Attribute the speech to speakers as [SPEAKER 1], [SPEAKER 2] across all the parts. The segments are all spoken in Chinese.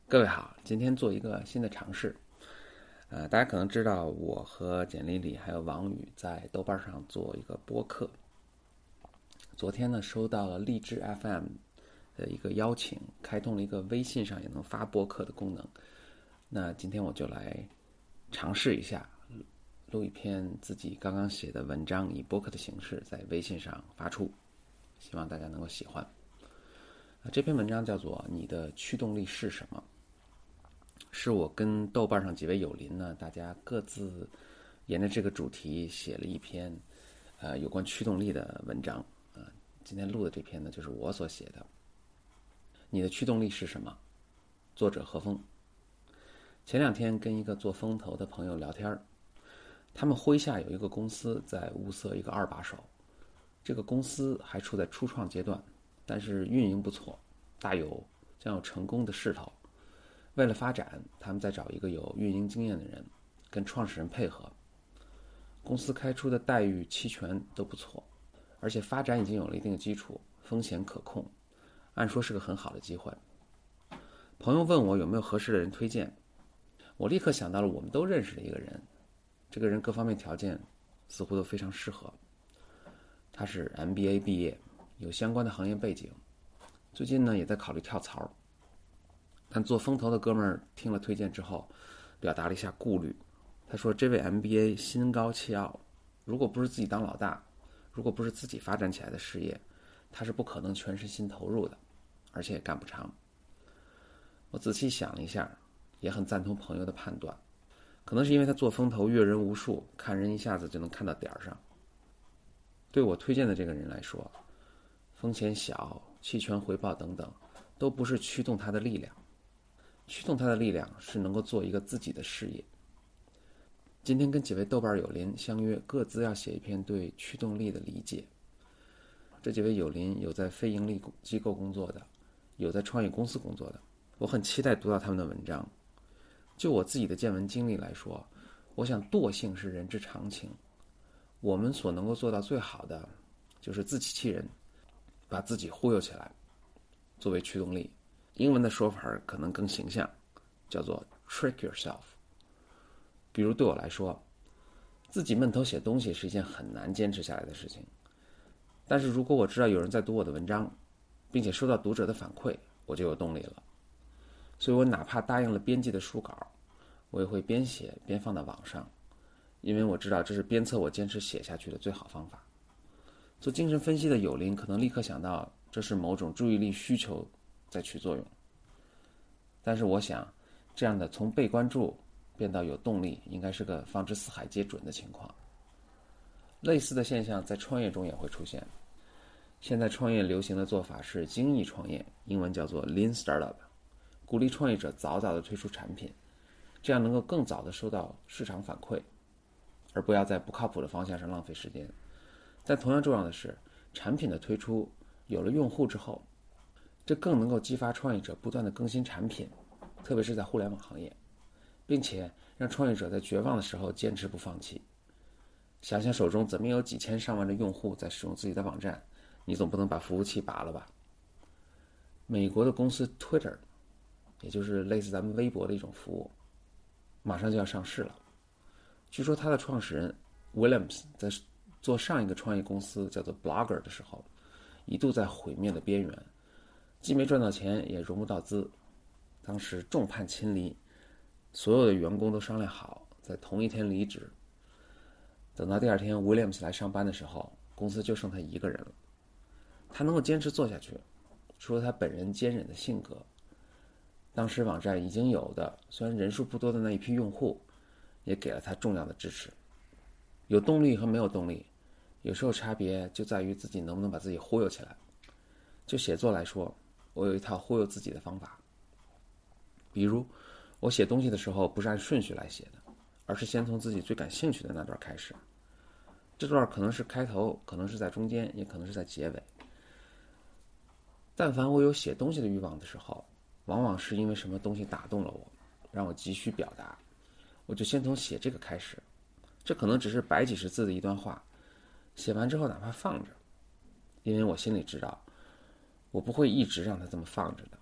[SPEAKER 1] 各位好，今天做一个新的尝试。大家可能知道我和简丽丽还有王宇在豆瓣上做一个播客。昨天呢，收到了荔枝 FM 的一个邀请，开通了一个微信上也能发播客的功能。那今天我就来尝试一下，录一篇自己刚刚写的文章，以播客的形式在微信上发出，希望大家能够喜欢。这篇文章叫做《你的驱动力是什么》，是我跟豆瓣上几位友邻呢，大家各自沿着这个主题写了一篇有关驱动力的文章。今天录的这篇呢，就是我所写的。你的驱动力是什么？作者何峰。前两天跟一个做风投的朋友聊天，他们麾下有一个公司在物色一个二把手，这个公司还处在初创阶段，但是运营不错，大有将有成功的势头。为了发展，他们在找一个有运营经验的人，跟创始人配合。公司开出的待遇、期权都不错，而且发展已经有了一定的基础，风险可控，按说是个很好的机会。朋友问我有没有合适的人推荐，我立刻想到了我们都认识的一个人，这个人各方面条件似乎都非常适合。他是 MBA 毕业，有相关的行业背景，最近呢也在考虑跳槽。但做风投的哥们儿听了推荐之后，表达了一下顾虑。他说这位 MBA 心高气傲，如果不是自己当老大，如果不是自己发展起来的事业，他是不可能全身心投入的，而且也干不长。我仔细想了一下，也很赞同朋友的判断，可能是因为他做风投阅人无数，看人一下子就能看到点儿上。对我推荐的这个人来说，风险小、期权回报等等都不是驱动他的力量，驱动他的力量是能够做一个自己的事业。今天跟几位豆瓣友邻相约，各自要写一篇对驱动力的理解。这几位友邻有在非盈利机构工作的，有在创业公司工作的，我很期待读到他们的文章。就我自己的见闻经历来说，我想惰性是人之常情，我们所能够做到最好的就是自欺欺人，把自己忽悠起来，作为驱动力。英文的说法可能更形象，叫做 trick yourself。 比如对我来说，自己闷头写东西是一件很难坚持下来的事情，但是如果我知道有人在读我的文章，并且收到读者的反馈，我就有动力了。所以我哪怕答应了编辑的书稿，我也会边写边放到网上，因为我知道这是鞭策我坚持写下去的最好方法。做精神分析的友邻可能立刻想到这是某种注意力需求在起作用，但是我想这样的从被关注变到有动力，应该是个放之四海皆准的情况。类似的现象在创业中也会出现。现在创业流行的做法是精益创业，英文叫做 Lean Startup， 鼓励创业者早早的推出产品，这样能够更早的收到市场反馈，而不要在不靠谱的方向上浪费时间。但同样重要的是，产品的推出有了用户之后，这更能够激发创业者不断的更新产品，特别是在互联网行业，并且让创业者在绝望的时候坚持不放弃。想想手中怎么有几千上万的用户在使用自己的网站，你总不能把服务器拔了吧？美国的公司 Twitter， 也就是类似咱们微博的一种服务，马上就要上市了。据说他的创始人 Williams 在做上一个创业公司叫做 Blogger 的时候，一度在毁灭的边缘，既没赚到钱，也融不到资。当时众叛亲离，所有的员工都商量好在同一天离职。等到第二天 Williams 来上班的时候，公司就剩他一个人了。他能够坚持做下去，除了他本人坚韧的性格，当时网站已经有的虽然人数不多的那一批用户也给了他重要的支持。有动力和没有动力，有时候差别就在于自己能不能把自己忽悠起来。就写作来说，我有一套忽悠自己的方法。比如我写东西的时候不是按顺序来写的，而是先从自己最感兴趣的那段开始。这段可能是开头，可能是在中间，也可能是在结尾。但凡我有写东西的欲望的时候，往往是因为什么东西打动了我，让我急需表达，我就先从写这个开始。这可能只是百几十字的一段话，写完之后哪怕放着，因为我心里知道我不会一直让它这么放着的，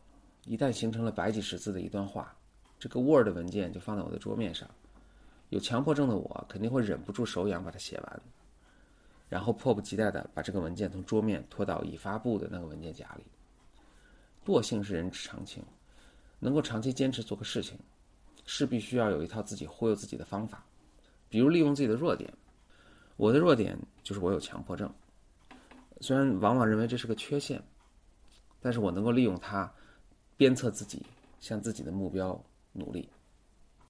[SPEAKER 1] 一旦形成了百几十字的一段话，这个 Word 文件就放在我的桌面上，有强迫症的我肯定会忍不住手痒把它写完，然后迫不及待地把这个文件从桌面拖到已发布的那个文件夹里。惰性是人之常情，能够长期坚持做个事情，势必需要有一套自己忽悠自己的方法，比如利用自己的弱点。我的弱点就是我有强迫症，虽然往往认为这是个缺陷，但是我能够利用它鞭策自己向自己的目标努力。